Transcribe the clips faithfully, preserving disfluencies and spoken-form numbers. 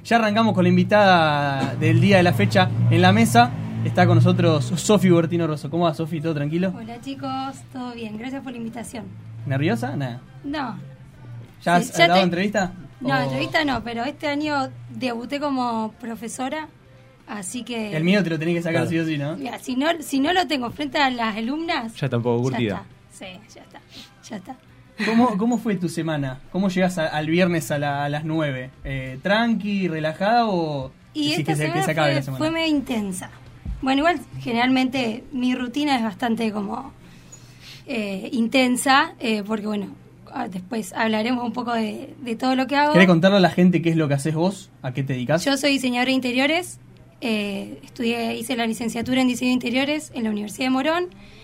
Ya arrancamos con la invitada del día de la fecha en la mesa. Está con nosotros Sofi Bertino Rosso. ¿Cómo va, Sofi? ¿Todo tranquilo? Hola, chicos. ¿Todo bien? Gracias por la invitación. ¿Nerviosa? Nada. No. ¿Ya has Sí, ya dado te... entrevista? No, o... entrevista no, pero este año debuté como profesora, así que... El mío te lo tenés que sacar Claro. sí o sí, ¿no? Mira, si no, si no lo tengo frente a las alumnas... Ya está un poco curtida. Ya está. Sí, ya está. Ya está. ¿Cómo, ¿Cómo fue tu semana? ¿Cómo llegas a, al viernes a, la, a las nueve? Eh, ¿Tranqui, relajada o Y decís esta que se, semana que se acabe fue, la semana? fue medio intensa. Bueno, igual generalmente mi rutina es bastante como eh, intensa, eh, porque bueno, después hablaremos un poco de, de todo lo que hago. ¿Querés contarle a la gente qué es lo que haces vos? ¿A qué te dedicás? Yo soy diseñadora de interiores, eh, estudié, hice la licenciatura en diseño de interiores en la Universidad de Morón,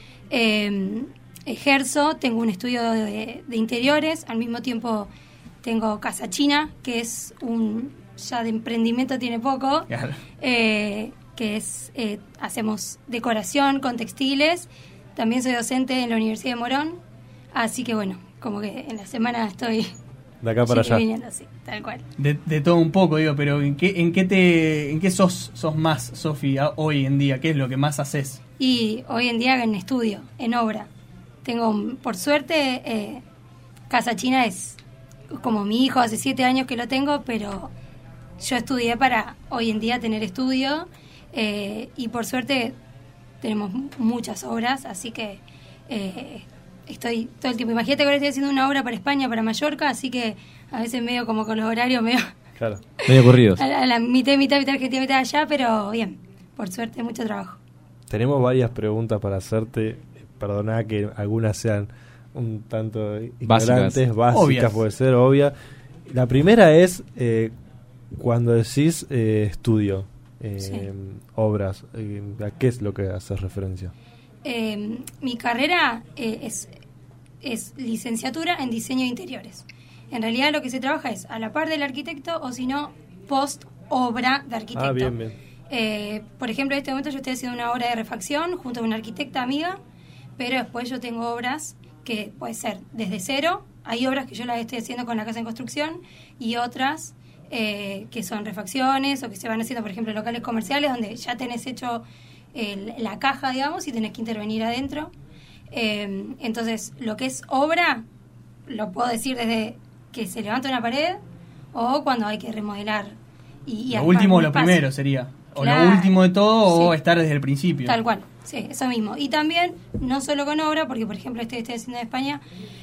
eh, ejerzo, tengo un estudio de, de interiores, al mismo tiempo tengo Casa China, que es un, ya de emprendimiento tiene poco, Claro. eh, que es, eh, hacemos decoración con textiles, también soy docente en la Universidad de Morón, así que bueno, como que en la semana estoy... De acá para allá. viniendo, sí, tal cual. De, de todo un poco, digo, pero ¿en qué, en qué te, en qué sos, sos más, Sofi, a- hoy en día? ¿Qué es lo que más haces? Y hoy en día en estudio, en obra. Tengo, por suerte, eh, Casa China es como mi hijo, hace siete años que lo tengo, pero yo estudié para hoy en día tener estudio, eh, y por suerte tenemos muchas obras, así que eh, estoy todo el tiempo. Imagínate que ahora estoy haciendo una obra para España, para Mallorca, así que a veces medio como con los horarios, medio Claro. Medio corridos. a la, a la mitad, mitad, mitad Argentina, mitad allá, pero bien, por suerte, mucho trabajo. Tenemos varias preguntas para hacerte. Perdoná que algunas sean un tanto ignorantes, básicas, Obvias. puede ser, obvia. La primera es eh, cuando decís eh, estudio, eh, Sí. obras, eh, ¿a qué es lo que haces referencia? Eh, mi carrera eh, es, es licenciatura en diseño de interiores. En realidad lo que se trabaja es a la par del arquitecto o si no, post obra de arquitecto. Ah, bien, bien. Eh, por ejemplo, en este momento yo estoy haciendo una obra de refacción junto a una arquitecta amiga, pero después yo tengo obras que puede ser desde cero. Hay obras que yo las estoy haciendo con la casa en construcción y otras eh, que son refacciones o que se van haciendo, por ejemplo, en locales comerciales donde ya tenés hecho el- la caja, digamos, y tenés que intervenir adentro. Eh, entonces, lo que es obra, lo puedo decir desde que se levanta una pared o cuando hay que remodelar. Y, y Lo armar último o un lo espacio. primero sería. O Claro. lo último de todo o Sí. estar desde el principio. Tal cual, sí, eso mismo. Y también, no solo con obra, porque por ejemplo este que estoy haciendo en España,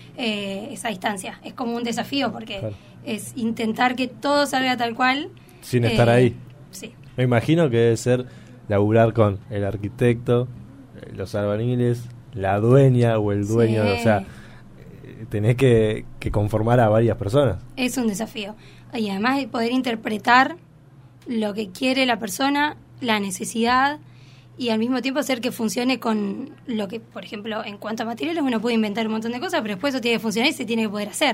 eh, es a distancia. Es como un desafío porque Claro. es intentar que todo salga tal cual. Sin eh, estar ahí. Sí, Me imagino que debe ser laburar con el arquitecto, eh, los albaniles, la dueña o el dueño, Sí. o sea, eh, tenés que, que conformar a varias personas. es un desafío. Y además poder interpretar lo que quiere la persona, la necesidad, y al mismo tiempo hacer que funcione con lo que, por ejemplo, en cuanto a materiales uno puede inventar un montón de cosas, pero después eso tiene que funcionar y se tiene que poder hacer.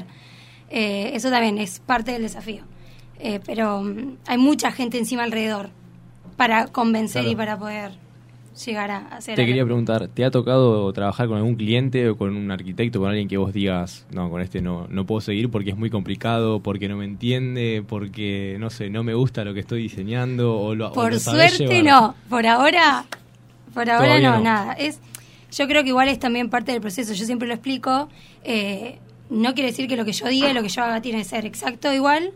Eh, eso también es parte del desafío. Eh, pero mm, hay mucha gente encima alrededor para convencer Claro. y para poder llegar a hacer Te algo. quería preguntar, ¿te ha tocado trabajar con algún cliente o con un arquitecto, con alguien que vos digas, no, con este no, no puedo seguir porque es muy complicado, porque no me entiende, porque, no sé, no me gusta lo que estoy diseñando? O lo, o Por lo sabés suerte llevar? no, por ahora, por ahora Todavía no, no. nada. Es, yo creo que igual es también parte del proceso, yo siempre lo explico, eh, no quiere decir que lo que yo diga y lo que yo haga tiene que ser exacto igual,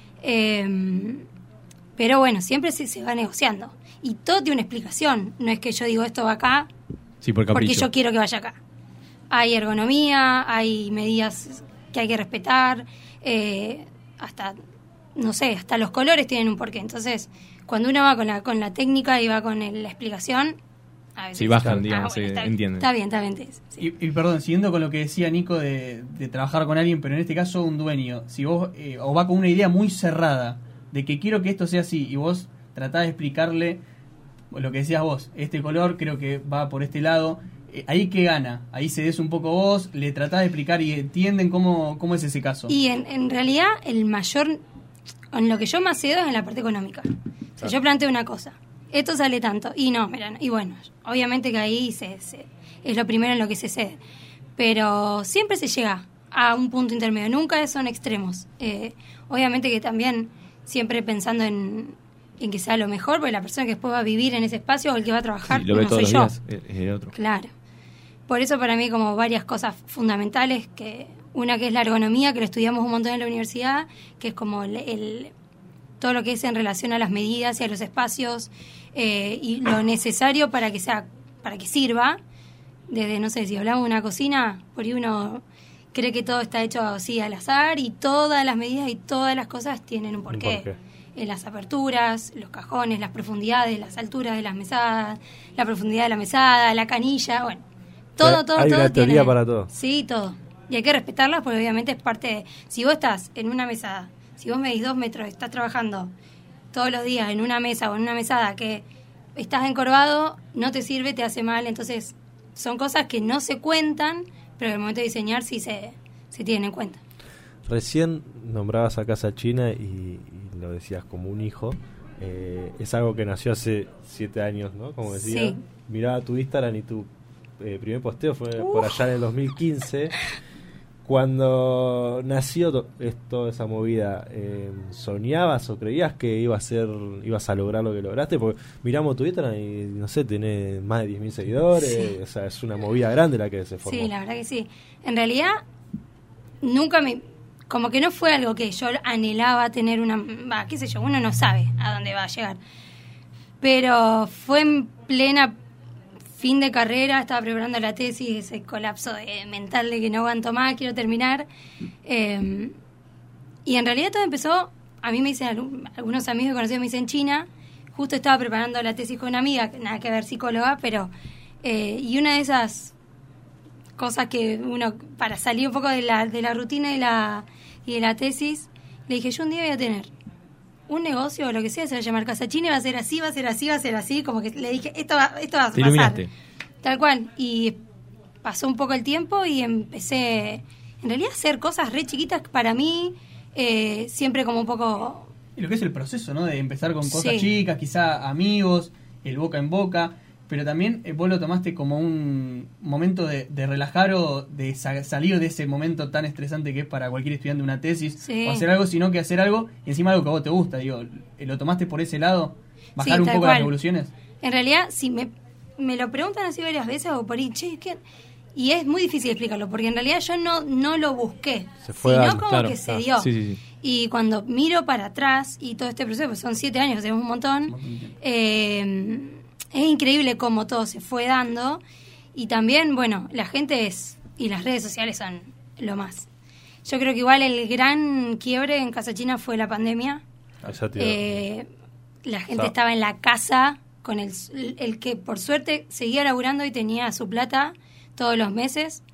eh, pero bueno, siempre se, se va negociando. Y todo tiene una explicación, no es que yo digo esto va acá Sí, por porque capricho. yo quiero que vaya acá. Hay ergonomía, hay medidas que hay que respetar, eh, hasta, no sé, hasta los colores tienen un porqué. Entonces, cuando uno va con la, con la técnica y va con el- la explicación, a veces... Sí, bajan, Ah, digamos, bueno, sí, está bien, entienden. Está bien, está bien. te- sí. Y, y perdón, siguiendo con lo que decía Nico de, de trabajar con alguien, pero en este caso un dueño, si vos eh, o va con una idea muy cerrada de que quiero que esto sea así y vos tratás de explicarle lo que decías vos, este color creo que va por este lado, eh, ahí que gana, ahí cedes un poco vos, le tratás de explicar y entienden cómo, cómo es ese caso. Y en, en realidad, el mayor... En lo que yo más cedo es en la parte económica. O sea, yo planteo una cosa. Esto sale tanto. Y no, mira, no. Y bueno, obviamente que ahí se, se- es lo primero en lo que se cede. Pero siempre se llega a un punto intermedio. Nunca son extremos. Eh, obviamente que también siempre pensando en, en que sea lo mejor, porque la persona que después va a vivir en ese espacio o el que va a trabajar Sí, lo ve no todos soy los yo. días, es el otro. Claro. Por eso para mí como varias cosas fundamentales, que una que es la ergonomía, que lo estudiamos un montón en la universidad, que es como el, el todo lo que es en relación a las medidas y a los espacios eh, y lo necesario para que sea, para que sirva. Desde, no sé, si hablamos de una cocina, por ahí uno cree que todo está hecho así al azar y todas las medidas y todas las cosas tienen un porqué. porqué. En las aperturas, los cajones, las profundidades, las alturas de las mesadas, la profundidad de la mesada, la canilla, bueno, todo, Hay- todo, hay todo. una teoría tiene- para todo. Sí, todo. Y hay que respetarlas porque obviamente es parte de... Si vos estás en una mesada, si vos medís dos metros, estás trabajando todos los días en una mesa o en una mesada que estás encorvado, no te sirve, te hace mal. Entonces, son cosas que no se cuentan, pero en el momento de diseñar sí se, se tienen en cuenta. Recién nombrabas a Casa China y, y lo decías como un hijo. Eh, es algo que nació hace siete años, ¿no? Como decía. Sí. Miraba tu Instagram y tu eh, primer posteo fue por allá en el dos mil quince. Cuando nació to- es- toda esa movida, eh, ¿soñabas o creías que iba a ser, ibas a lograr lo que lograste? Porque miramos tu Instagram y, no sé, tenés más de diez mil seguidores. Sí. O sea, es una movida grande la que se formó. Sí, la verdad que sí. En realidad, nunca me... Como que no fue algo que yo anhelaba tener una... Va, qué sé yo, uno no sabe a dónde va a llegar. Pero fue en plena fin de carrera, estaba preparando la tesis, ese colapso de- mental de que no aguanto más, quiero terminar. Eh, y en realidad todo empezó... A mí me dicen, algún- algunos amigos que conocí me dicen China. Justo estaba preparando la tesis con una amiga, que nada que ver psicóloga, pero... eh, y una de esas... cosas que uno, para salir un poco de la, de la rutina y, la, y de la tesis, le dije, yo un día voy a tener un negocio o lo que sea, se va a llamar Casa China y va a ser así, va a ser así, va a ser así, como que le dije, esto va, esto va a Te pasar. iluminaste. Tal cual. Y pasó un poco el tiempo y empecé, en realidad, a hacer cosas re chiquitas para mí, eh, siempre como un poco... Y lo que es el proceso, ¿no? De empezar con cosas Sí. chicas, quizá amigos, el boca en boca, pero también eh, vos lo tomaste como un momento de, de relajar o de sa- salir de ese momento tan estresante que es para cualquier estudiante una tesis, Sí. o hacer algo, sino que hacer algo y encima algo que a vos te gusta, digo, eh, ¿lo tomaste por ese lado? ¿Bajar Sí, un tal poco cual. las revoluciones? En realidad, si me, me lo preguntan así varias veces o por ahí, che, ¿qué? Y es muy difícil explicarlo, porque en realidad yo no, no lo busqué, Se fue sino dando, como claro. que se Ah, dio. sí, sí, sí. Y cuando miro para atrás y todo este proceso, pues son siete años, tenemos un montón, eh, es increíble cómo todo se fue dando. Y también, bueno, la gente es, y las redes sociales son lo más. Yo creo que igual el gran quiebre en Casa China fue la pandemia. Esa te iba- Eh, la gente O sea, estaba en la casa con el, el que por suerte seguía laburando y tenía su plata todos los meses.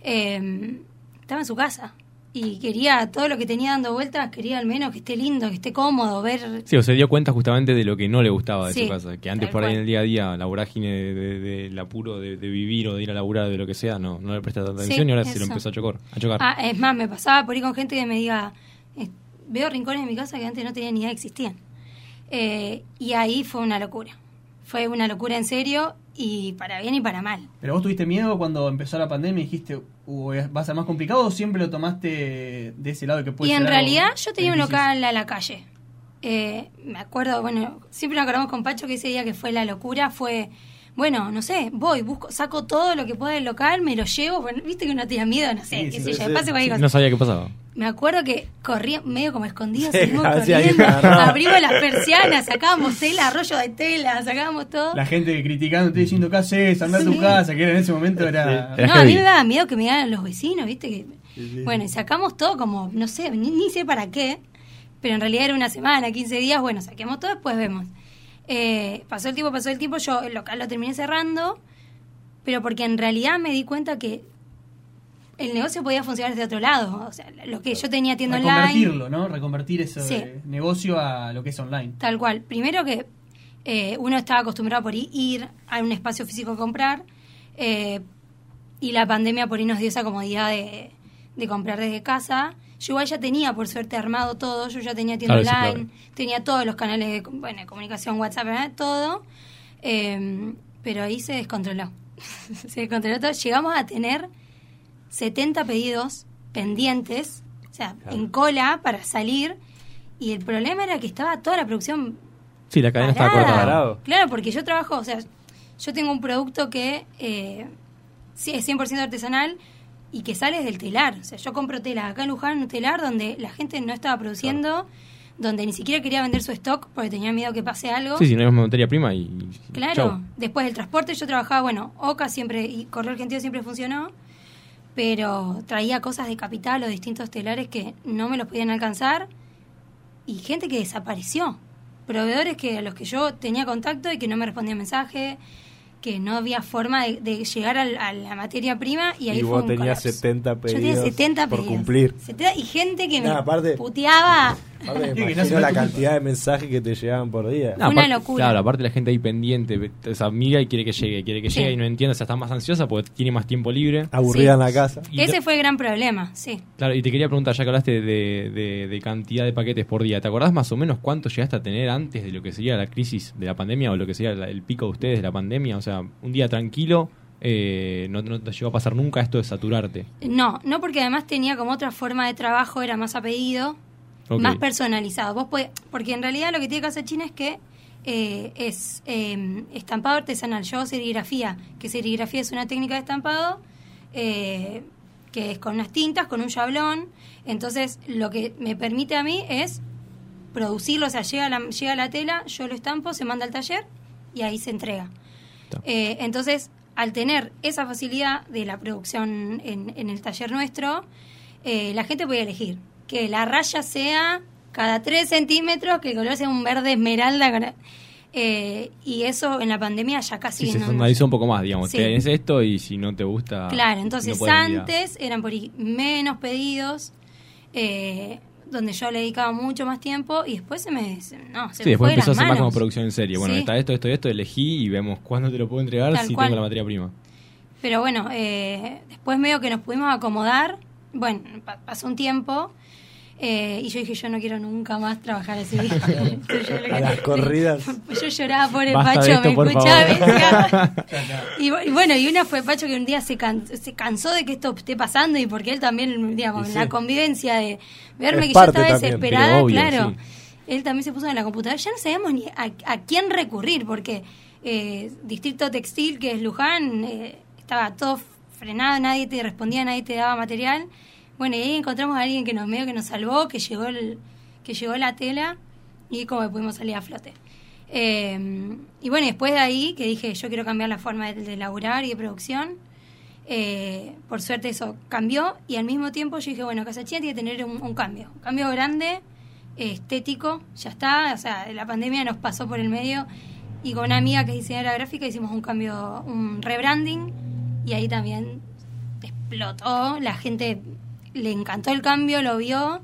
Eh, estaba en su casa y quería todo lo que tenía dando vueltas, quería al menos que esté lindo, que esté cómodo, ver... Sí, o se dio cuenta justamente de lo que no le gustaba de Sí, su casa. Que antes tal por ahí cual. en el día a día, la vorágine de- de- del apuro de, de vivir o de ir a laburar de lo que sea, no, no le presta tanta Sí, atención y ahora se lo eso. empezó a chocar. A chocar. Ah, es más, me pasaba por ir con gente que me diga, eh, veo rincones en mi casa que antes no tenía ni idea que existían. Eh, y ahí fue una locura. Fue una locura en serio y para bien y para mal. ¿Pero vos tuviste miedo cuando empezó la pandemia y dijiste, "Uh, va a ser más complicado", o siempre lo tomaste de ese lado de que puede Y ser en algo realidad yo tenía un difícil? local a la calle. Eh, me acuerdo, bueno, siempre nos acordamos con Pacho que ese día que fue la locura fue, bueno, no sé, voy, busco, saco todo lo que pueda del local, me lo llevo, bueno, viste que uno tenía miedo, no sé, Sí, qué sí, sé sí, yo, sí. pase cualquier cosa. No sabía qué pasaba. Me acuerdo que corría medio como escondidos, Sí, salimos hacía ahí corriendo, agarrado. abrimos las persianas, sacábamos tela, rollo de tela, sacábamos todo. La gente criticándote diciendo, ¿qué haces? Andá a tu Sí. casa, que era en ese momento era... Era No, a mí heavy. me daba miedo que me dieran los vecinos, viste que... Sí, sí. Bueno, y sacamos todo como, no sé, ni, ni sé para qué, pero en realidad era una semana, quince días, bueno, saquemos todo, después vemos. Eh, pasó el tiempo, pasó el tiempo, yo el local lo terminé cerrando, pero porque en realidad me di cuenta que el negocio podía funcionar desde otro lado, o sea, lo que yo tenía tienda online... Reconvertirlo, ¿no? Reconvertir ese Sí. eh, negocio a lo que es online. Tal cual. Primero que eh, uno estaba acostumbrado por ahí ir a un espacio físico a comprar eh, y la pandemia por ahí nos dio esa comodidad de, de comprar desde casa. Yo igual ya tenía, por suerte, armado todo. Yo ya tenía tienda Claro, sí, online, claro. tenía todos los canales de, bueno, de comunicación, WhatsApp, ¿verdad? Todo. Eh, pero ahí se descontroló. se descontroló todo. Llegamos a tener setenta pedidos pendientes, o sea, Claro. en cola para salir. y el problema era que estaba toda la producción Sí, la cadena parada. estaba cortada. Parado. Claro, porque yo trabajo, o sea, yo tengo un producto que eh, sí, es cien por ciento artesanal y que sale del telar. O sea, yo compro telas acá en Luján, un telar donde la gente no estaba produciendo, claro. donde ni siquiera quería vender su stock porque tenía miedo que pase algo. Sí, si no es materia prima y... Claro, chau. Después del transporte yo trabajaba, bueno, Oca siempre y Correo Argentino siempre funcionó, pero traía cosas de Capital o distintos telares que no me los podían alcanzar y gente que desapareció. Proveedores que a los que yo tenía contacto y que no me respondían mensaje, que no había forma de, de llegar al, a la materia prima y ahí y fue vos un tenías colapso. setenta pedidos Yo tenía setenta por pedidos. cumplir. setenta y gente que me No, aparte- puteaba. Ahora me Sí, que no imagino se me la ocupa. cantidad de mensajes que te llegaban por día. No, Una aparte- locura. Claro, aparte la gente ahí pendiente, o sea, mira y quiere que llegue, quiere que Sí. llegue y no entiende, o sea, está más ansiosa porque tiene más tiempo libre. Aburrida Sí. en la casa. Y Ese te- fue el gran problema, sí. Claro, y te quería preguntar, ya que hablaste de, de, de cantidad de paquetes por día, ¿te acordás más o menos cuánto llegaste a tener antes de lo que sería la crisis de la pandemia o lo que sería la- el pico de ustedes de la pandemia? O sea, un día tranquilo, eh, no, no te llegó a pasar nunca esto de saturarte. No, no porque además tenía como otra forma de trabajo, era más a pedido, Ok. más personalizado. Vos podés, porque en realidad lo que tiene Casa China es que eh, es eh, estampado artesanal. Yo hago serigrafía, que serigrafía es una técnica de estampado eh, que es con unas tintas, con un yablón. Entonces lo que me permite a mí es producirlo, o sea, llega la, llega la tela, yo lo estampo, se manda al taller y ahí se entrega. Está. Eh, entonces, al tener esa facilidad de la producción en, en el taller nuestro, eh, la gente puede elegir que la raya sea cada tres centímetros, que el color sea un verde esmeralda. con- eh, y eso en la pandemia ya casi Sí, se no- formalizó un poco más, digamos. Sí. Tenés esto y si no te gusta... Claro, entonces no podés ir a- antes eran por ahí menos pedidos, eh, donde yo le dedicaba mucho más tiempo y después se me, se- no, se Sí, me después fue de empezó a las hacer más como manos. producción en serie. Bueno, Sí. está esto, esto, esto, elegí y vemos cuándo te lo puedo entregar Tal si cual. tengo la materia prima. Pero bueno, eh, después medio que nos pudimos acomodar. Bueno, pa- pasó un tiempo eh, y yo dije, yo no quiero nunca más trabajar así. Yo lo A que- las corridas. Yo lloraba por el Basta de Pacho, esto, me por escuchaba. favor. me decía- y, bu- y bueno, y una fue Pacho que un día se, can- se cansó de que esto esté pasando y porque él también, digamos, Y la sí. convivencia de verme Es que yo parte estaba también, desesperada, pero obvio, claro. sí. Él también se puso en la computadora. Ya no sabíamos ni a, a quién recurrir porque eh, Distrito Textil, que es Luján, eh, estaba todo frenado, nadie te respondía, nadie te daba material. Bueno, y ahí encontramos a alguien que nos medio que nos salvó, que llegó el, que llegó la tela y como pudimos salir a flote. Eh, y bueno, después de ahí que dije, yo quiero cambiar la forma de, de laburar y de producción. Eh, por suerte eso cambió y al mismo tiempo yo dije, bueno, Casa China tiene que tener un, un cambio, un cambio grande, eh, estético, ya está, o sea, la pandemia nos pasó por el medio y con una amiga que es diseñadora gráfica hicimos un cambio, un rebranding y ahí también explotó, la gente le encantó el cambio, lo vio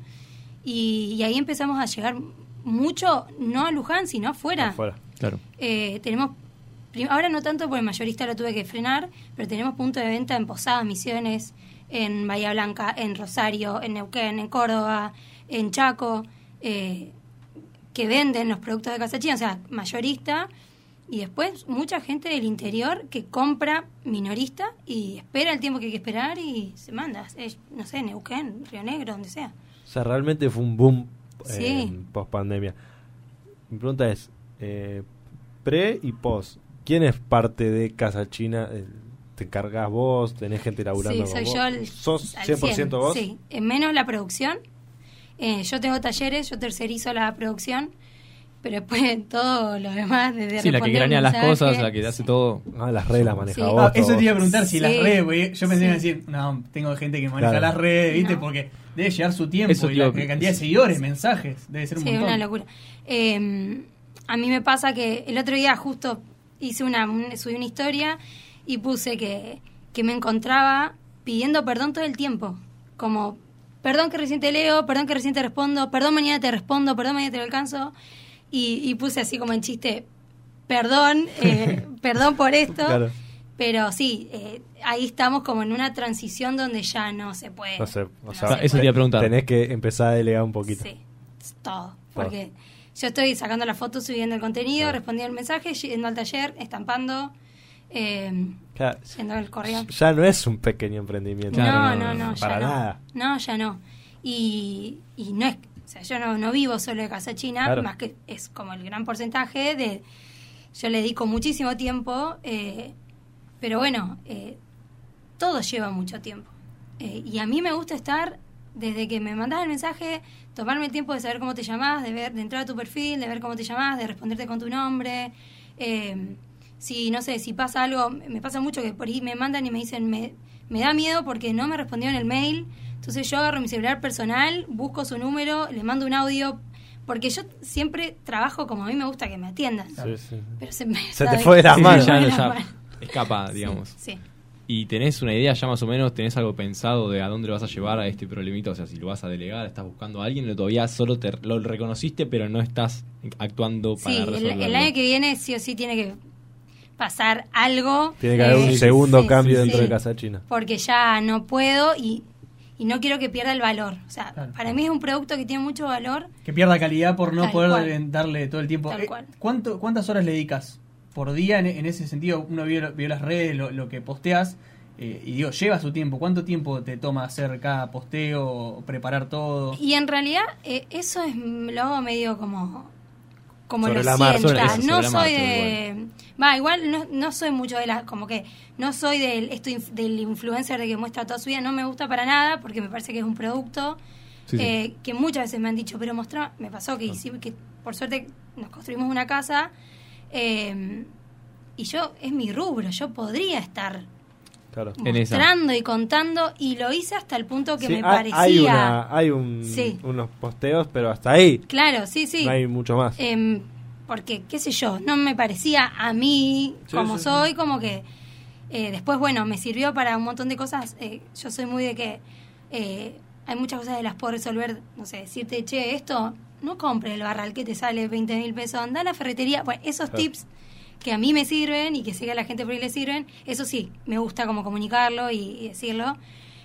y, y ahí empezamos a llegar mucho, no a Luján, sino afuera. Afuera. Claro. Eh, tenemos, prim- ahora no tanto porque el mayorista lo tuve que frenar, pero tenemos punto de venta en Posadas, Misiones, en Bahía Blanca, en Rosario, en Neuquén, en Córdoba, en Chaco, eh, que venden los productos de Casa China, o sea, mayorista, y después mucha gente del interior que compra minorista y espera el tiempo que hay que esperar y se manda, es, no sé, Neuquén, Río Negro, donde sea. O sea, realmente fue un boom Sí. eh, post pandemia. Mi pregunta es, eh, pre y post, ¿quién es parte de Casa China? Eh, ¿Te encargas vos? ¿Tenés gente laburando Sí, con soy vos? yo al- ¿Sos al cien por ciento vos? Sí, en menos la producción. Eh, yo tengo talleres, yo tercerizo la producción, pero después todo lo demás, desde Sí, la que responder granea las mensajes, cosas, la que hace todo. Ah, las redes las maneja Sí. vos. Ah, eso todo. te iba a preguntar si Sí. las redes, porque yo pensé Sí. que iba a decir, no, tengo gente que maneja Claro. las redes, ¿viste? No. Porque debe llevar su tiempo Eso y te la, iba a- la cantidad de seguidores, mensajes, debe ser un Sí, es montón. una locura. Eh, a mí me pasa que el otro día justo hice una, un- subí una historia y puse que, que me encontraba pidiendo perdón todo el tiempo. Como, perdón que recién te leo, perdón que recién te respondo, perdón mañana te respondo, perdón mañana te lo alcanzo. Y, y puse así como en chiste, perdón, eh, perdón por esto. Claro. Pero sí, eh, ahí estamos como en una transición donde ya no se puede. No sé, o no sea, se eso te puede. iba a preguntar. Tenés que empezar a delegar un poquito. Sí, es todo. Porque yo estoy sacando la foto, subiendo el contenido, Claro. respondiendo el mensaje, yendo al taller, estampando, eh, Claro, yendo al correo. ya no es un pequeño emprendimiento. Claro, no, no, no, no, no, ya para no. nada. No, ya no. Y, y no es O sea, yo no, no vivo solo de Casa China, Claro. más que es como el gran porcentaje de... Yo le dedico muchísimo tiempo, eh, pero bueno, eh, todo lleva mucho tiempo. Eh, y a mí me gusta estar, desde que me mandás el mensaje, tomarme el tiempo de saber cómo te llamás, de ver, de entrar a tu perfil, de ver cómo te llamás, de responderte con tu nombre. Eh, si, no sé, si pasa algo, me pasa mucho que por ahí me mandan y me dicen, me, me da miedo porque no me respondió en el mail. Entonces yo agarro mi celular personal, busco su número, le mando un audio, porque yo siempre trabajo como a mí me gusta que me atiendan. Sí, sí. Pero se me Se te fue de las Sí, manos. ya, me no, fue de ya las manos. escapa, digamos. Sí. ¿Y tenés una idea ya más o menos? ¿Tenés algo pensado de a dónde lo vas a llevar a este problemita? O sea, si lo vas a delegar, estás buscando a alguien, o todavía solo te lo reconociste, pero no estás actuando para Sí, el, resolverlo. el año que viene sí o sí tiene que pasar algo. Tiene que haber eh, un segundo sí, cambio sí, dentro sí. de Casa China. Porque ya no puedo y, y no quiero que pierda el valor. O sea, Claro. para mí es un producto que tiene mucho valor. Que pierda calidad por no Tal poder cual. darle todo el tiempo. Tal Eh, cual. ¿cuánto, ¿Cuántas horas le dedicas por día en, en ese sentido? Uno vio, vio las redes, lo, lo que posteas, eh, y digo, lleva su tiempo. ¿Cuánto tiempo te toma hacer cada posteo, preparar todo? Y en realidad eh, eso es lo hago medio como como Sobre lo la marcha. sienta. Sobre eso, sobre no la soy marcha, de va igual no, no soy mucho de la como que no soy del esto inf- del influencer de que muestra toda su vida, no me gusta para nada porque me parece que es un producto Sí, sí. eh, que muchas veces me han dicho, pero mostrá, me pasó que, hice- que por suerte nos construimos una casa eh, y yo es mi rubro, yo podría estar Claro. En esa. mostrando y contando y lo hice hasta el punto que Sí, me hay, parecía hay, una, hay un, Sí. unos posteos, pero hasta ahí claro, sí, sí. no hay mucho más. Em, porque, qué sé yo, no me parecía a mí Sí, como sí, soy, como que eh, después, bueno, me sirvió para un montón de cosas. Eh, yo soy muy de que eh, hay muchas cosas que las puedo resolver, no sé, decirte, che, esto, no compre el barral que te sale veinte mil pesos, anda a la ferretería. Bueno, esos Claro. tips que a mí me sirven y que sé que a la gente por ahí le sirven, eso sí, me gusta como comunicarlo y, y decirlo.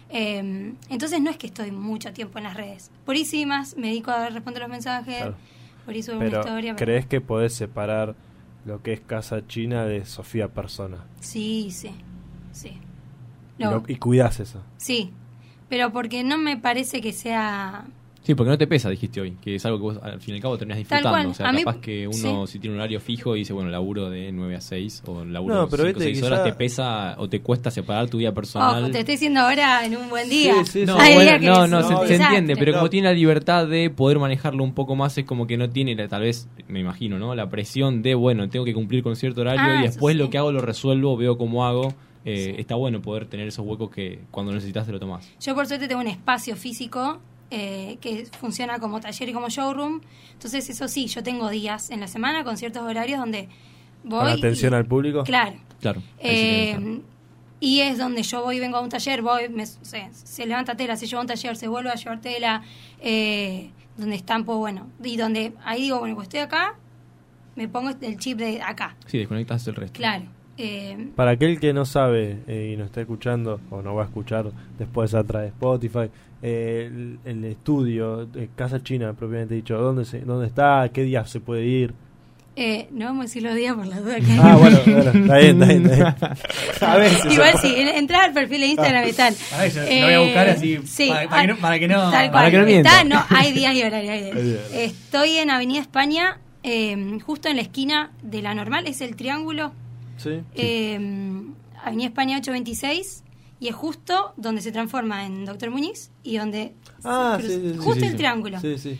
Eh, entonces no es que estoy mucho tiempo en las redes. Por ahí sí más me dedico a responder los mensajes, Claro. por ahí subo Pero, una historia. pero- ¿crees que podés separar lo que es Casa China de Sofía Persona? Sí, sí, sí. Y, Lo- lo- y cuidás eso. Sí, pero porque no me parece que sea... Sí, porque no te pesa, dijiste hoy, que es algo que vos al fin y al cabo terminás Tal disfrutando. cual. O sea, A mí- capaz que uno sí. si tiene un horario fijo y dice, bueno, laburo de nueve a seis o laburo No, pero cinco o viste, seis horas, quizá- te pesa o te cuesta separar tu vida personal. Ojo, te estoy diciendo ahora en un buen día. Sí, sí, No, Hay bueno, días que no, es no, un se, se desastre. entiende, pero No. como tiene la libertad de poder manejarlo un poco más, es como que no tiene la- tal vez, me imagino, ¿no? La presión de, bueno, tengo que cumplir con cierto horario Ah, y eso después sí. lo que hago lo resuelvo, veo cómo hago. Eh, Sí. Está bueno poder tener esos huecos que cuando necesitas te lo tomás. Yo por suerte tengo un espacio físico eh, que funciona como taller y como showroom. Entonces eso sí, yo tengo días en la semana con ciertos horarios donde voy... Con atención y- al público. Claro. Claro. ahí sí tenés que estar. Eh, y es donde yo voy, vengo a un taller, voy, me, sé, se levanta tela, se lleva a un taller, se vuelve a llevar tela, eh, donde estampo, bueno, y donde ahí digo, bueno, pues estoy acá, me pongo el chip de acá, Sí, desconectas el resto. claro. Eh, Para aquel que no sabe eh, y no está escuchando o no va a escuchar después a través de Spotify, eh, el, el estudio, eh, Casa China propiamente dicho, ¿dónde, se, ¿dónde está? ¿Qué día se puede ir? eh, no vamos a decir los días por las dudas que Ah, bueno, bueno, está bien, está bien. Está bien. A veces igual se sí, en- entrar al perfil de Instagram y tal. A ver, yo lo voy a buscar así, sí, para- para que no- para que no- tal para cual. que no mienta. Está, no, hay días y horarios. hay días. Hay días. Estoy en Avenida España, eh, justo en la esquina de la normal, es el triángulo. Sí. Eh, Avenida España ochocientos veintiséis y es justo donde se transforma en Doctor Muñiz y donde Ah, se sí, cruza- sí, sí. justo Sí, sí, el sí. triángulo. Sí, sí.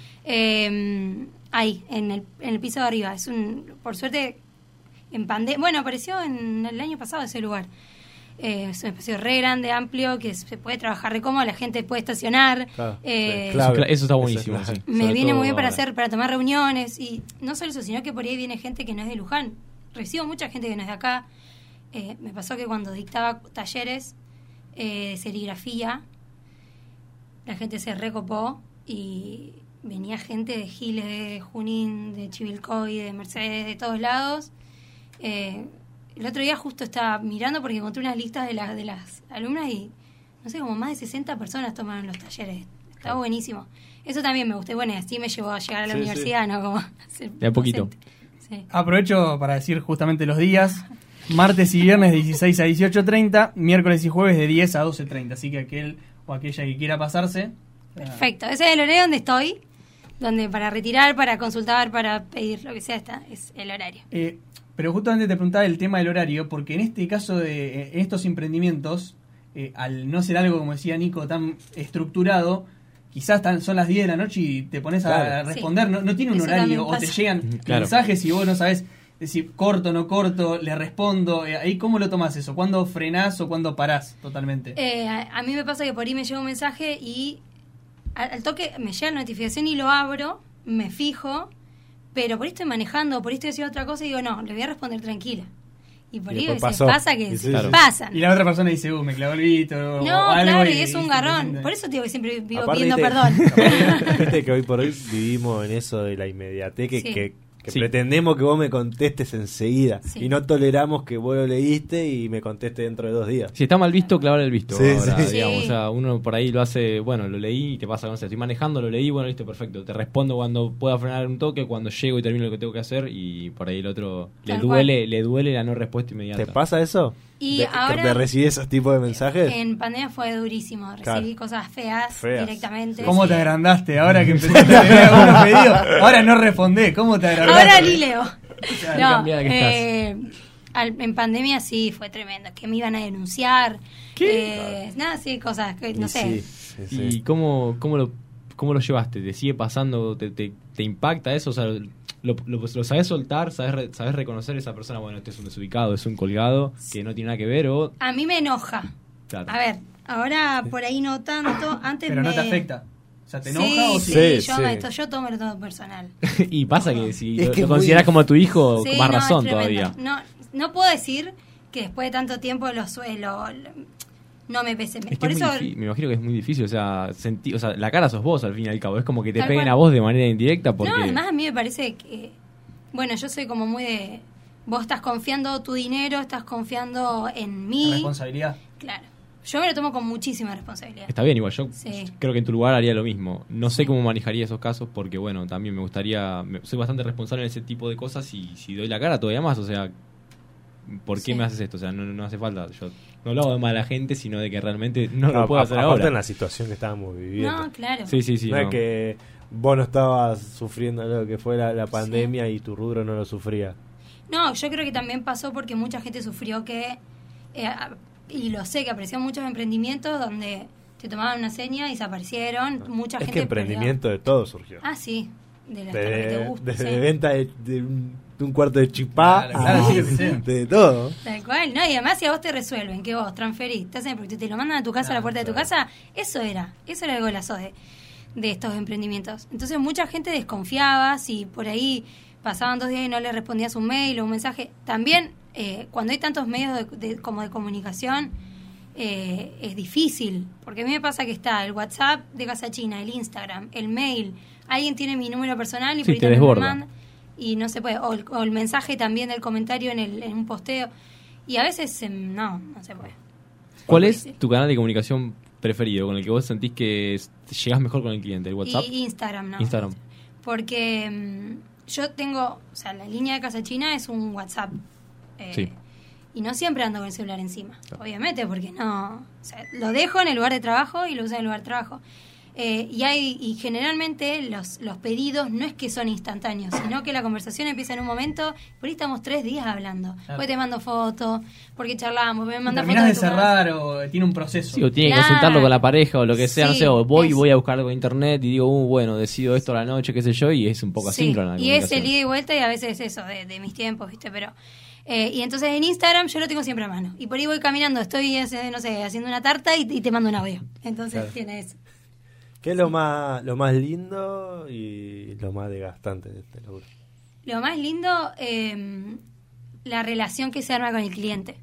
Eh, ahí, en el, en el piso de arriba. Es un, por suerte, en pandemia. Bueno, apareció en el año pasado ese lugar. Eh, es un espacio re grande, amplio, que se puede trabajar re cómodo, la gente puede estacionar. Claro, Eh, sí, clave. Eso, eso está Eso buenísimo. es clave. sí. me Sobre viene todo muy bien para ahora. hacer, para tomar reuniones y no solo eso, sino que por ahí viene gente que no es de Luján. Recibo mucha gente que no es de acá. Eh, me pasó que cuando dictaba talleres eh, de serigrafía, la gente se recopó y venía gente de Giles, de Junín, de Chivilcoy, de Mercedes, de todos lados. Eh, el otro día justo estaba mirando porque encontré unas listas de, las de las alumnas y no sé, como más de sesenta personas tomaron los talleres. Está buenísimo. Eso también me gustó. Bueno, y así me llevó a llegar a la Sí, universidad, ¿no? Como ser De a poquito. docente. Sí. Aprovecho para decir justamente los días. Martes y viernes de dieciséis a dieciocho treinta, miércoles y jueves de diez a doce treinta. Así que aquel o aquella que quiera pasarse. Perfecto. Ese es el horario donde estoy. donde para retirar, para consultar, para pedir lo que sea, está, es el horario. Eh, pero justamente te preguntaba el tema del horario, porque en este caso de en estos emprendimientos, eh, al no ser algo, como decía Nico, tan estructurado, quizás tan, son las diez de la noche y te pones a Claro. responder, Sí. no, no tiene un Eso horario, también o te pasa. llegan Claro. mensajes y vos no sabés decir corto, no corto, le respondo, eh, ahí ¿cómo lo tomás eso? ¿Cuándo frenás o cuándo parás totalmente? Eh, a, a mí me pasa que por ahí me llega un mensaje y al, al toque me llega la notificación y lo abro, me fijo, pero por ahí estoy manejando, por ahí estoy haciendo otra cosa y digo, no, le voy a responder tranquila. Y por Y ahí a después veces pasó. pasa que Y sí, Claro. pasan. Y la otra persona dice, uh, me clavó el visto. o No, algo claro, y y- es un y- garrón. Por eso te digo que siempre vivo Aparte, pidiendo viste- perdón. Viste que hoy por hoy vivimos en eso de la inmediatez que, Sí. que, que Sí. pretendemos que vos me contestes enseguida Sí. y no toleramos que vos lo leíste y me conteste dentro de dos días. Si está mal visto, clavar el visto. Sí, ahora, sí. digamos. Sí. O sea, uno por ahí lo hace, bueno, lo leí y te pasa, no sé, estoy manejando, lo leí, bueno, listo, perfecto. Te respondo cuando pueda frenar un toque, cuando llego y termino lo que tengo que hacer y por ahí el otro le Tal duele, cual. le duele la no respuesta inmediata. ¿Te pasa eso? Y de, ahora- ¿De recibir esos tipos de mensajes? En pandemia fue durísimo. Recibí Claro. cosas feas, Feas. directamente. ¿Cómo sí. te agrandaste ahora que empezaste a tener algunos pedidos? Ahora no respondés, ¿cómo te agrandaste? Ahora ni leo. Qué No, cambiada que estás. eh, al- en pandemia sí fue tremendo. Que me iban a denunciar. ¿Qué? nada, sí, cosas que no Y sé. sí, sí, sí. ¿Y cómo, cómo, lo, cómo lo llevaste? ¿Te sigue pasando? ¿Te, te, te impacta eso? O sea, ¿lo, lo, lo sabes soltar? ¿Sabes, re- ¿Sabes reconocer a esa persona? Bueno, este es un desubicado, es un colgado, que no tiene nada que ver o... A mí me enoja. Claro. A ver, ahora por ahí no tanto. Antes Pero me... no te afecta. O sea, ¿te enoja sí, o sí, sí? Sí, yo, sí. Esto, yo tomo lo todo personal. Y pasa que si Es lo, que lo es muy consideras dif- como tu hijo, Sí, más no, es razón tremendo. todavía. No, no puedo decir que después de tanto tiempo lo suelo. No me pese. Es Por que es eso. muy difí- me imagino que es muy difícil, o sea, senti- o sea, la cara sos vos al fin y al cabo, es como que te Tal peguen cual. a vos de manera indirecta porque... No, además a mí me parece que. Bueno, yo soy como muy de. Vos estás confiando tu dinero, estás confiando en mí. Responsabilidad. Claro. Yo me lo tomo con muchísima responsabilidad. Está bien, igual yo Sí. creo que en tu lugar haría lo mismo. No sé cómo manejaría esos casos porque, bueno, también me gustaría... me- soy bastante responsable en ese tipo de cosas y si doy la cara todavía más, o sea, ¿por qué Sí. me haces esto? O sea, no, no hace falta. Yo no lo hago de mala gente, sino de que realmente no, No, lo puedo a- hacer aparte ahora. en la situación que estábamos viviendo. No, claro. Sí, sí, sí. no, no. es que vos no estabas sufriendo lo que fue la, la pandemia y tu rubro no lo sufría. No, yo creo que también pasó porque mucha gente sufrió que, eh, a- y lo sé, que apreció muchos emprendimientos donde te tomaban una seña y desaparecieron. Mucha Es gente que emprendimiento de todo surgió. perdió. Ah, sí, de las que te Desde, gusta. desde sí. venta de, de un, de un cuarto de chipá, Claro, claro, sí, sí, sí. de todo. Tal cual, ¿no? Y además si a vos te resuelven que vos transferís, te hacen porque te lo mandan a tu casa, a la Claro, puerta de tu claro. casa, eso era, eso era el golazo de, de estos emprendimientos. Entonces mucha gente desconfiaba, si por ahí pasaban dos días y no le respondías un mail o un mensaje. También, eh, cuando hay tantos medios de, de- como de comunicación, eh, es difícil, porque a mí me pasa que está el WhatsApp de Casa China, el Instagram, el mail, alguien tiene mi número personal y Sí, por ahí te también me desborda. manda, y no se puede, o el, o el mensaje también del comentario en, el, en un posteo, y a veces em, no, no se puede. ¿Cuál Sí, es sí. tu canal de comunicación preferido, con el que vos sentís que es- llegás mejor con el cliente? ¿El WhatsApp? Y Instagram, no. Instagram. Porque em, yo tengo, o sea, la línea de Casa China es un WhatsApp. eh, Sí. Y no siempre ando con el celular encima, obviamente, porque no... O sea, lo dejo en el lugar de trabajo y lo uso en el lugar de trabajo. Eh, y hay y generalmente los, los pedidos no es que son instantáneos, sino que la conversación empieza en un momento, por ahí estamos tres días hablando. Claro. Hoy te mando fotos, porque charlamos, me mandas Terminás de fotos de tu cerrar o tiene un proceso. Sí, o tiene que Claro. consultarlo con la pareja o lo que sea, no Sí, sé, o voy y es- voy a buscar algo en internet y digo, uh, bueno, decido esto a la noche, qué sé yo, y es un poco Sí, asíncrona la y es el comunicación. ida y vuelta y a veces eso, de, de mis tiempos, ¿viste? Pero eh, y entonces en Instagram yo lo tengo siempre a mano. Y por ahí voy caminando, estoy, eh, no sé, haciendo una tarta y, y te mando un audio. Entonces Claro. tiene eso. ¿Qué es lo más, lo más lindo y lo más desgastante de este laburo? Lo más lindo, eh, la relación que se arma con el cliente.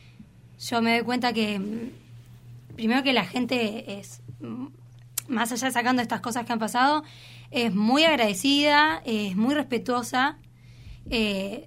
Yo me doy cuenta que, mm, primero que la gente es, mm, más allá de sacando estas cosas que han pasado, es muy agradecida, es muy respetuosa eh,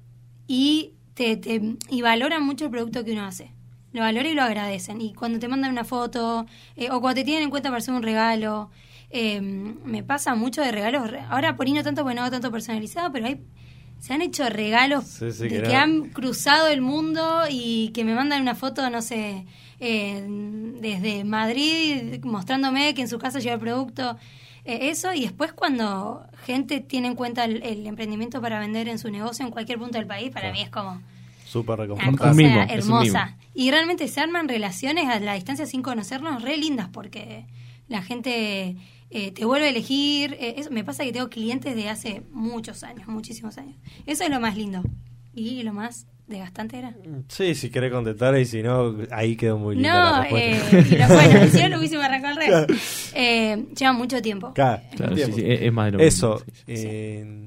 y, te, te, y valoran mucho el producto que uno hace. Lo valoran y lo agradecen. Y cuando te mandan una foto eh, o cuando te tienen en cuenta para hacer un regalo, eh, me pasa mucho de regalos. Ahora por ahí no tanto porque no hago tanto personalizado, pero hay, se han hecho regalos Sí, sí, de que que no. han cruzado el mundo y que me mandan una foto, no sé, eh, desde Madrid mostrándome que en su casa lleva el producto. Eh, eso, y después cuando gente tiene en cuenta el, el emprendimiento para vender en su negocio en cualquier punto del país, para Claro. mí es como Súper una reconfortante. cosa Un mimo, es un hermosa. Y realmente se arman relaciones a la distancia sin conocernos re lindas, porque la gente eh, te vuelve a elegir. Eh, eso, me pasa que tengo clientes de hace muchos años, muchísimos años. Eso es lo más lindo. Y lo más desgastante era. Sí, si querés contestar y si no, ahí quedó muy linda No, la eh, respuesta. y lo, bueno, si no lo hubiésemos arrancado al revés. Eh, lleva mucho tiempo. Claro, Claro, sí, entiendo. sí, es, es más de lo Eso, mismo. Sí, sí. eh,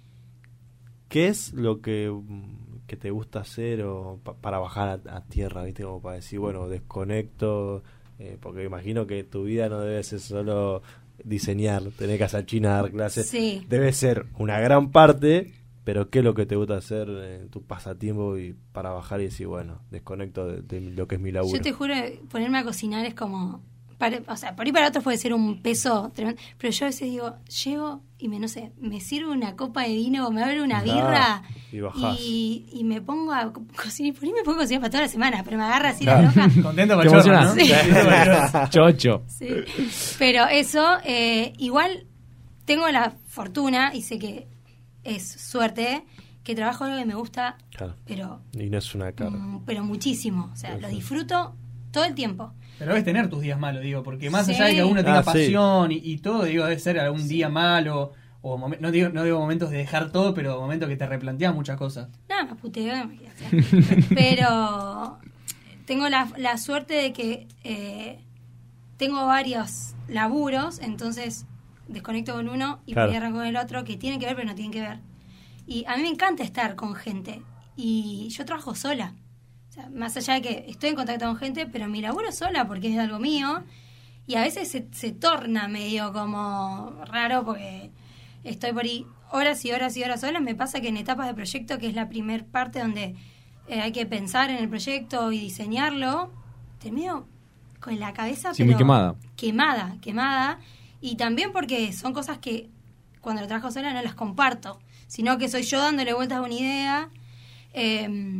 ¿qué es lo que, que te gusta hacer o pa- para bajar a, a tierra, viste? Como para decir, bueno, desconecto, eh, porque imagino que tu vida no debe ser solo diseñar, tener casa china, dar clases. Sí. Debe ser una gran parte, pero ¿qué es lo que te gusta hacer en tu pasatiempo y para bajar y decir, bueno, desconecto de, de lo que es mi laburo? Yo te juro, ponerme a cocinar es como... Para, o sea, por ahí para otros puede ser un peso tremendo, pero yo a veces digo, llego y me, no sé, me sirvo una copa de vino o me abro una birra Ah, y bajás. y, y me pongo a co- cocinar. Por ahí me pongo a cocinar para toda la semana, pero me agarra así Claro. la loca. Contento Te con chorro, ¿no? emocionás. Sí. Contento con chorro. Chocho. Sí. Pero eso, eh, igual tengo la fortuna, y sé que es suerte, que trabajo algo que me gusta, Claro. pero, Y no es una carga. mm, pero muchísimo. O sea, lo disfruto todo el tiempo. Pero debes tener tus días malos, digo, porque más Sí. allá de que uno tenga Ah, sí. pasión y, y todo, digo, debe ser algún día malo, o momen- no digo no digo momentos de dejar todo, pero momentos que te replanteas muchas cosas. Nada, me puteo, imagínate. Pero tengo la, la suerte de que eh, tengo varios laburos, entonces desconecto con uno y Claro. por ahí arranco con el otro, que tienen que ver pero no tienen que ver. Y a mí me encanta estar con gente, y yo trabajo sola. O sea, más allá de que estoy en contacto con gente, pero mi laburo sola porque es algo mío, y a veces se, se torna medio como raro porque estoy por ahí horas y horas y horas sola. Me pasa que en etapas de proyecto, que es la primer parte donde eh, hay que pensar en el proyecto y diseñarlo, termino con la cabeza Sí, pero muy quemada. quemada, quemada, y también porque son cosas que cuando lo trabajo sola no las comparto, sino que soy yo dándole vueltas a una idea, eh,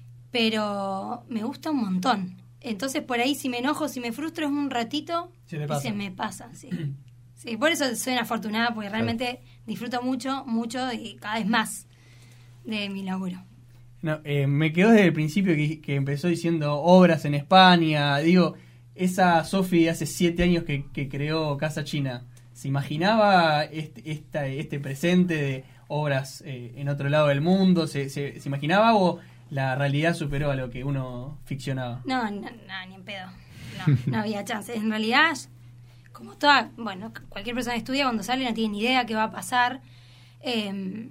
pero me gusta un montón. Entonces por ahí si me enojo, si me frustro es un ratito Se te y pasa. se me pasa, sí. Sí, por eso soy una afortunada, porque realmente disfruto mucho, mucho y cada vez más de mi laburo. No, eh, me quedó desde el principio que, que empezó diciendo obras en España. Digo, esa Sofi de hace siete años que, que creó Casa China, ¿se imaginaba este, esta, este presente de obras eh, en otro lado del mundo? ¿Se, se, ¿Se imaginaba o la realidad superó a lo que uno ficcionaba? No, no, no, ni en pedo. No, no había chance. En realidad, como toda, bueno, cualquier persona que estudia, cuando sale no tiene ni idea qué va a pasar. Eh,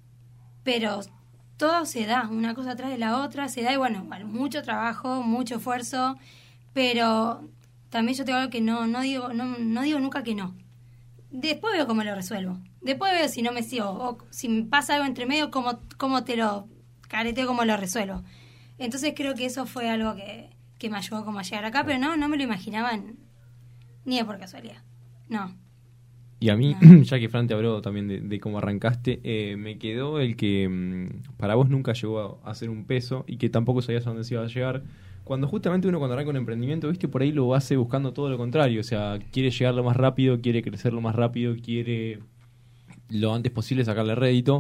pero todo se da, una cosa atrás de la otra, se da, y bueno, igual, mucho trabajo, mucho esfuerzo, pero también yo tengo algo que no, no digo, no, no digo nunca que no. Después veo cómo lo resuelvo. Después veo si no me sigo, o si me pasa algo entre medio, cómo, cómo te lo careteo, cómo lo resuelvo. Entonces creo que eso fue algo que, que me ayudó como a llegar acá, pero no, no me lo imaginaban ni de por casualidad. No. Y a mí, No. ya que Fran te habló también de, de cómo arrancaste, eh, me quedó el que mm, para vos nunca llegó a, a ser un peso y que tampoco sabías a dónde se iba a llegar. Cuando justamente uno cuando arranca un emprendimiento, viste, por ahí lo hace buscando todo lo contrario. O sea, quiere llegar lo más rápido, quiere crecer lo más rápido, quiere lo antes posible sacarle rédito.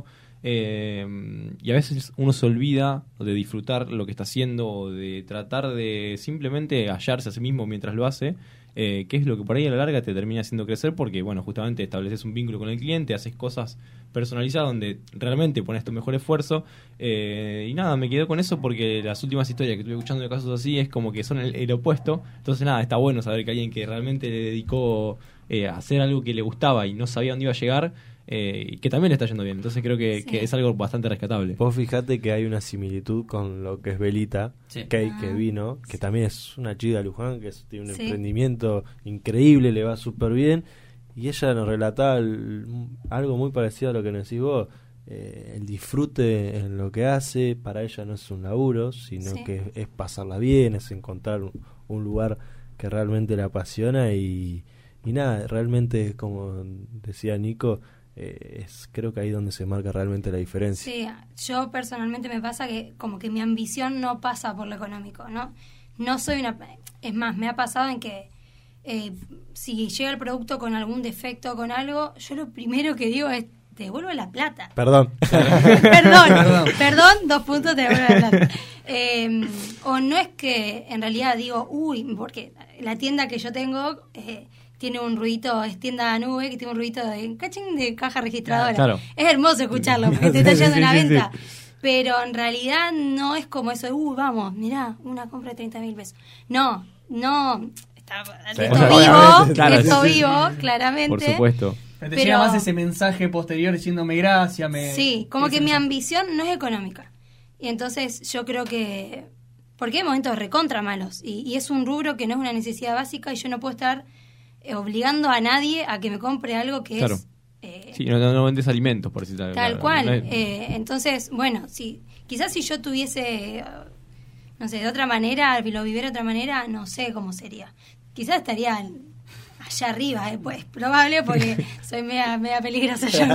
Eh, y a veces uno se olvida de disfrutar lo que está haciendo o de tratar de simplemente hallarse a sí mismo mientras lo hace. Eh, que es lo que por ahí a la larga te termina haciendo crecer porque, bueno, justamente estableces un vínculo con el cliente, haces cosas personalizadas donde realmente pones tu mejor esfuerzo. Eh, y nada, me quedo con eso porque las últimas historias que estuve escuchando de casos así es como que son el, el opuesto. Entonces, nada, está bueno saber que alguien que realmente le dedicó eh, a hacer algo que le gustaba y no sabía dónde iba a llegar, eh, y que también le está yendo bien. Entonces, creo que, Sí. que es algo bastante rescatable. Vos fijate que hay una similitud con lo que es Belita, Sí. Kate, Ah. que vino, que también es una chica de Luján, que es- tiene un Sí. emprendimiento increíble, le va súper bien, y ella nos relataba el- algo muy parecido a lo que nos decís vos, eh, el disfrute en lo que hace, para ella no es un laburo, sino Sí. que es pasarla bien, es encontrar un, un lugar que realmente la apasiona, y, y nada, realmente, como decía Nico, eh, es creo que ahí donde se marca realmente la diferencia. Sí, yo personalmente me pasa que como que mi ambición no pasa por lo económico, ¿no? No soy una... Es más, me ha pasado en que eh, si llega el producto con algún defecto o con algo, yo lo primero que digo es, te devuelvo la plata. Perdón. perdón, perdón, perdón, dos puntos, te devuelvo la plata. Eh, o no es que en realidad digo, uy, porque la tienda que yo tengo eh, tiene un ruidito, es tienda nube, que tiene un ruidito de cachín de caja registradora. Claro. Es hermoso escucharlo, porque te está yendo Sí, una sí, venta. sí. Pero en realidad no es como eso de, uy, vamos, mirá, una compra de treinta mil pesos. No, no, está, Sí, esto o sea, vivo, obviamente, claro, esto sí, sí. vivo, claramente. Por supuesto. Pero te Pero- llega más ese mensaje posterior diciéndome gracias. Me, Sí, como ese que mi mensaje. ambición no es económica. Y entonces yo creo que... Porque hay momentos recontra malos. Y, y es un rubro que no es una necesidad básica y yo no puedo estar eh, obligando a nadie a que me compre algo que Claro. es... eh, Sí, no, no, no vendes alimentos, por decirlo. Tal claro, cual. no es- Eh, entonces, bueno, sí, quizás si yo tuviese, eh, no sé, de otra manera, lo viviera de otra manera, no sé cómo sería. Quizás estaría allá arriba, eh, pues, probable, porque soy media, media peligrosa yo.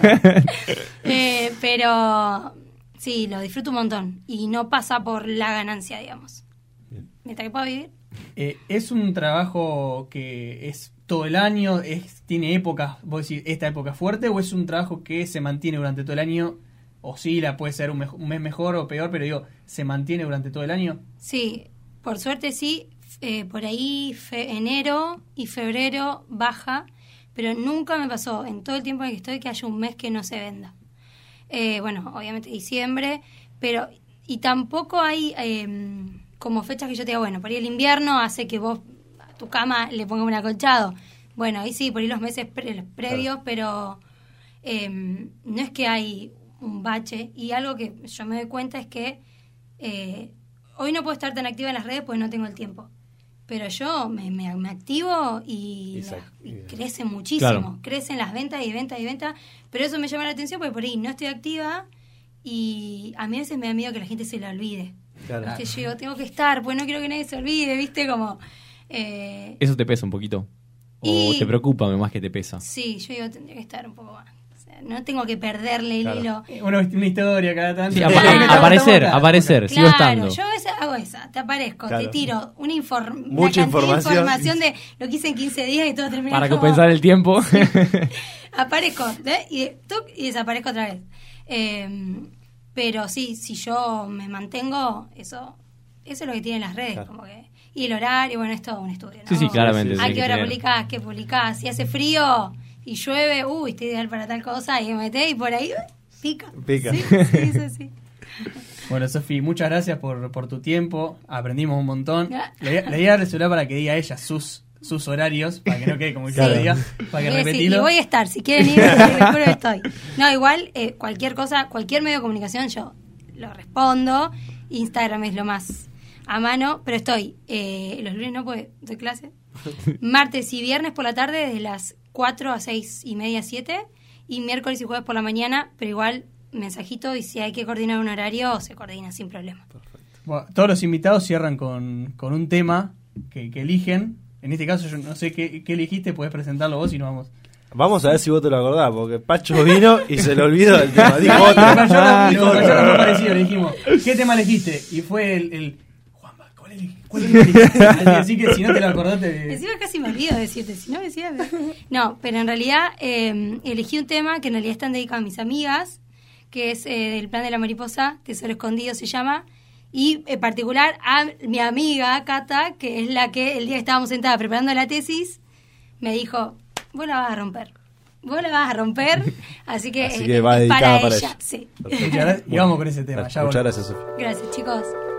eh, pero sí, lo disfruto un montón y no pasa por la ganancia, digamos. Mientras que pueda vivir. Eh, ¿Es un trabajo que es todo el año? Es, ¿Tiene épocas, vos decís, esta época es fuerte? ¿O es un trabajo que se mantiene durante todo el año? Oscila, puede ser un, mejo- un mes mejor o peor, pero digo, ¿se mantiene durante todo el año? Sí, por suerte sí. Eh, por ahí fe- enero y febrero baja, pero nunca me pasó en todo el tiempo en el que estoy que haya un mes que no se venda. Eh, bueno, obviamente diciembre, pero y tampoco hay eh, como fechas que yo te diga, bueno, por ahí el invierno hace que vos a tu cama le pongas un acolchado. Bueno, ahí sí, por ahí los meses pre- los previos, pero eh, no es que hay un bache. Y algo que yo me doy cuenta es que eh, hoy no puedo estar tan activa en las redes porque no tengo el tiempo. Pero yo me, me, me activo y, Exacto. la- y crece muchísimo. Claro. Crecen las ventas y ventas y ventas. Pero eso me llama la atención porque por ahí no estoy activa y a mí a veces me da miedo que la gente se la olvide. Claro. ¿Viste? Yo digo, tengo que estar, pues no quiero que nadie se olvide, ¿viste? Como... Eh, ¿Eso te pesa un poquito? ¿O Y- te preocupa más que te pesa? sí, yo digo, tendría que estar un poco más. O sea, no tengo que perderle el Claro. hilo. Eh, Una, una historia cada tanto. Sí, apa- Estamos Claro. acá, aparecer, estamos acá. aparecer, sigo Claro, estando. yo a veces hago esa, te aparezco, Claro. te tiro una, inform Mucha una cantidad información. de información de lo que hice en quince días y todo termina Para como- compensar el tiempo. aparezco ¿eh? y, tuc, y desaparezco otra vez. Eh, pero sí, si yo me mantengo, eso eso es lo que tienen las redes. Claro. Como que, y el horario, bueno, es todo un estudio. ¿no? Sí, sí, claramente. Sí, sí, ¿A tenés qué que hora tener- publicás? ¿Qué publicás? Si hace frío y llueve, uy, está ideal para tal cosa, y me metés y por ahí uy, pica. Pica. Sí, sí, sí, sí. Bueno, Sofi, muchas gracias por, por tu tiempo. Aprendimos un montón. Ya. Le, voy a- le voy a dar el celular para que diga ella sus sus horarios, para que no quede como que Sí. yo le diga, para que Voy a decir, repetilo. y voy a estar, si quieren ir, les juro que estoy. No, igual, eh, cualquier cosa, cualquier medio de comunicación yo lo respondo. Instagram es lo más a mano, pero estoy eh, los lunes no, porque doy clase. Martes y viernes por la tarde, desde las cuatro a seis y media, siete. Y miércoles y jueves por la mañana, pero igual mensajito y si hay que coordinar un horario, se coordina sin problema. Bueno, todos los invitados cierran con, con un tema que, que eligen. En este caso, yo no sé qué, qué elegiste, podés presentarlo vos y nos vamos. Vamos a ver si vos te lo acordás, porque Pacho vino y se le olvidó el tema. Dijo Y otro. Mayor lo- Dijo dijo, otro. Mayor lo parecido, le dijimos, ¿qué tema elegiste? Y fue el, el Juanma, ¿cuál elegiste? ¿Cuál elegiste? Así, así que si no te lo acordaste... Encima casi me olvido de decirte, si no me decías... No, pero en realidad eh, elegí un tema que en realidad están dedicados a mis amigas, que es eh, del Plan de la Mariposa, Tesoro Escondido se llama, y en particular a mi amiga Cata, que es la que el día que estábamos sentadas preparando la tesis, me dijo, vos la vas a romper, vos la vas a romper, así que, Así eh, que va es dedicada para para ella. ella. Sí. Muchas gracias. Y vamos con ese tema. Ya Muchas volvemos. gracias, Sofía. Gracias, chicos.